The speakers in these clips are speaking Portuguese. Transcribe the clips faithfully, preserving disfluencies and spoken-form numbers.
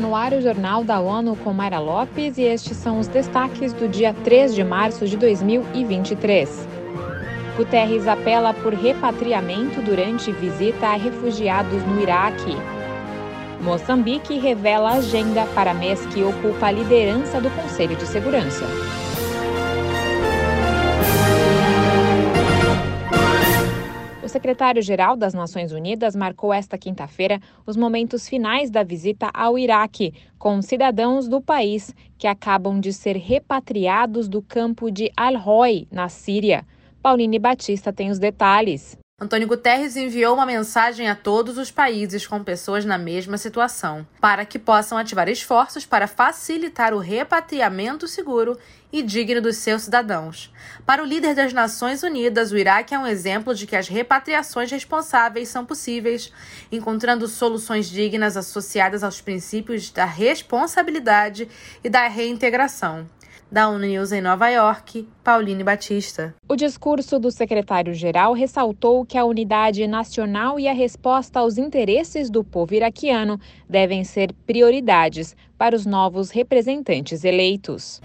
no ar o Jornal da ONU com Mayra Lopes e estes são os destaques do dia três de março de dois mil e vinte e três. Guterres apela por repatriamento durante visita a refugiados no Iraque. Moçambique revela agenda para mês que ocupa a liderança do Conselho de Segurança. O secretário-geral das Nações Unidas marcou esta quinta-feira os momentos finais da visita ao Iraque, com cidadãos do país que acabam de ser repatriados do campo de Al-Hol, na Síria. Pauline Batista tem os detalhes. Antônio Guterres enviou uma mensagem a todos os países com pessoas na mesma situação, para que possam ativar esforços para facilitar o repatriamento seguro e digno dos seus cidadãos. Para o líder das Nações Unidas, o Iraque é um exemplo de que as repatriações responsáveis são possíveis, encontrando soluções dignas associadas aos princípios da responsabilidade e da reintegração. Da ONU News em Nova York, Pauline Batista. O discurso do secretário-geral ressaltou que a unidade nacional e a resposta aos interesses do povo iraquiano devem ser prioridades para os novos representantes eleitos.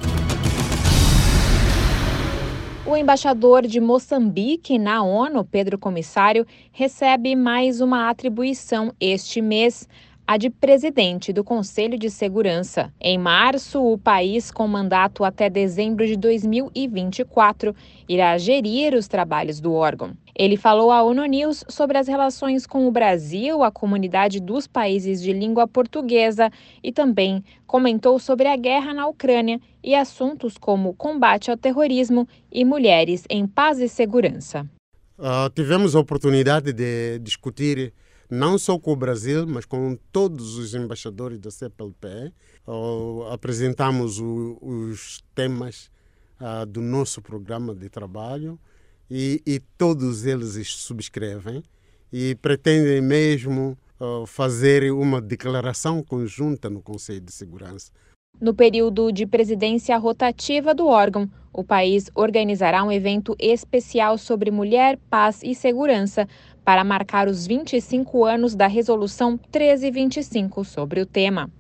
O embaixador de Moçambique na ONU, Pedro Comissário, recebe mais uma atribuição este mês, a de presidente do Conselho de Segurança. Em março, o país, com mandato até dezembro de dois mil e vinte e quatro, irá gerir os trabalhos do órgão. Ele falou à ONU News sobre as relações com o Brasil, a comunidade dos países de língua portuguesa e também comentou sobre a guerra na Ucrânia e assuntos como combate ao terrorismo e mulheres em paz e segurança. Uh, tivemos a oportunidade de discutir não só com o Brasil, mas com todos os embaixadores da C P L P. Uh, apresentamos o, os temas uh, do nosso programa de trabalho e, e todos eles subscrevem e pretendem mesmo uh, fazer uma declaração conjunta no Conselho de Segurança. No período de presidência rotativa do órgão, o país organizará um evento especial sobre mulher, paz e segurança para marcar os vinte e cinco anos da Resolução mil trezentos e vinte e cinco sobre o tema.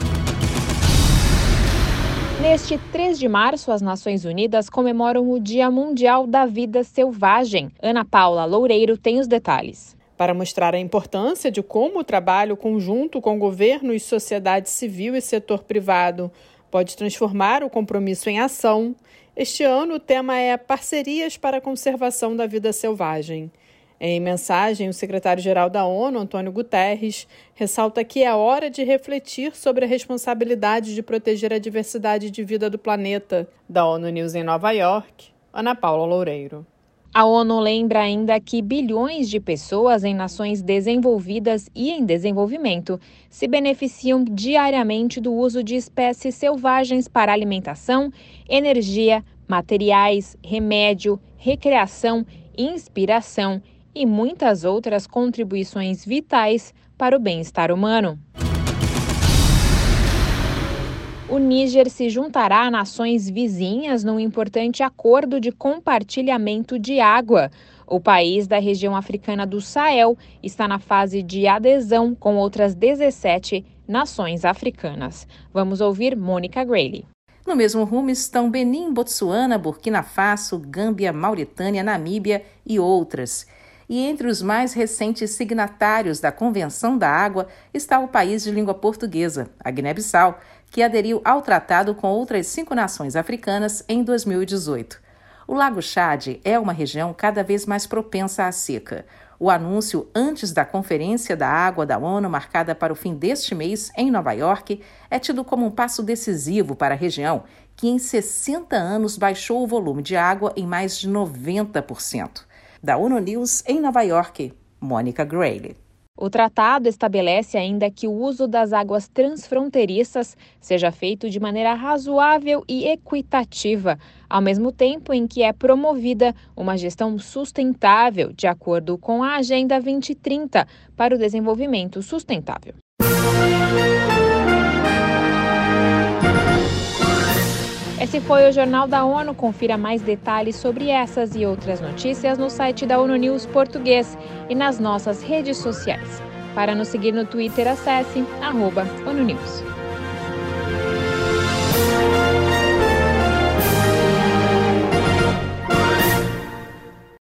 Neste três de março, as Nações Unidas comemoram o Dia Mundial da Vida Selvagem. Ana Paula Loureiro tem os detalhes. Para mostrar a importância de como o trabalho conjunto com governos, sociedade civil e setor privado pode transformar o compromisso em ação, este ano o tema é Parcerias para a Conservação da Vida Selvagem. Em mensagem, o secretário-geral da ONU, Antônio Guterres, ressalta que é hora de refletir sobre a responsabilidade de proteger a diversidade de vida do planeta. Da ONU News em Nova York, Ana Paula Loureiro. A ONU lembra ainda que bilhões de pessoas em nações desenvolvidas e em desenvolvimento se beneficiam diariamente do uso de espécies selvagens para alimentação, energia, materiais, remédio, recreação, inspiração e muitas outras contribuições vitais para o bem-estar humano. O Níger se juntará a nações vizinhas num importante acordo de compartilhamento de água. O país da região africana do Sahel está na fase de adesão com outras dezessete nações africanas. Vamos ouvir Mônica Grayle. No mesmo rumo estão Benin, Botsuana, Burkina Faso, Gâmbia, Mauritânia, Namíbia e outras. E entre os mais recentes signatários da Convenção da Água está o país de língua portuguesa, a Guiné-Bissau, que aderiu ao tratado com outras cinco nações africanas em dois mil e dezoito. O Lago Chad é uma região cada vez mais propensa à seca. O anúncio antes da Conferência da Água da ONU, marcada para o fim deste mês em Nova York, é tido como um passo decisivo para a região, que em sessenta anos baixou o volume de água em mais de noventa por cento. Da ONU News em Nova York, Mônica Grayle. O tratado estabelece ainda que o uso das águas transfronteiriças seja feito de maneira razoável e equitativa, ao mesmo tempo em que é promovida uma gestão sustentável, de acordo com a Agenda vinte trinta para o Desenvolvimento Sustentável. Esse foi o Jornal da ONU. Confira mais detalhes sobre essas e outras notícias no site da ONU News Português e nas nossas redes sociais. Para nos seguir no Twitter, acesse arroba ONU News.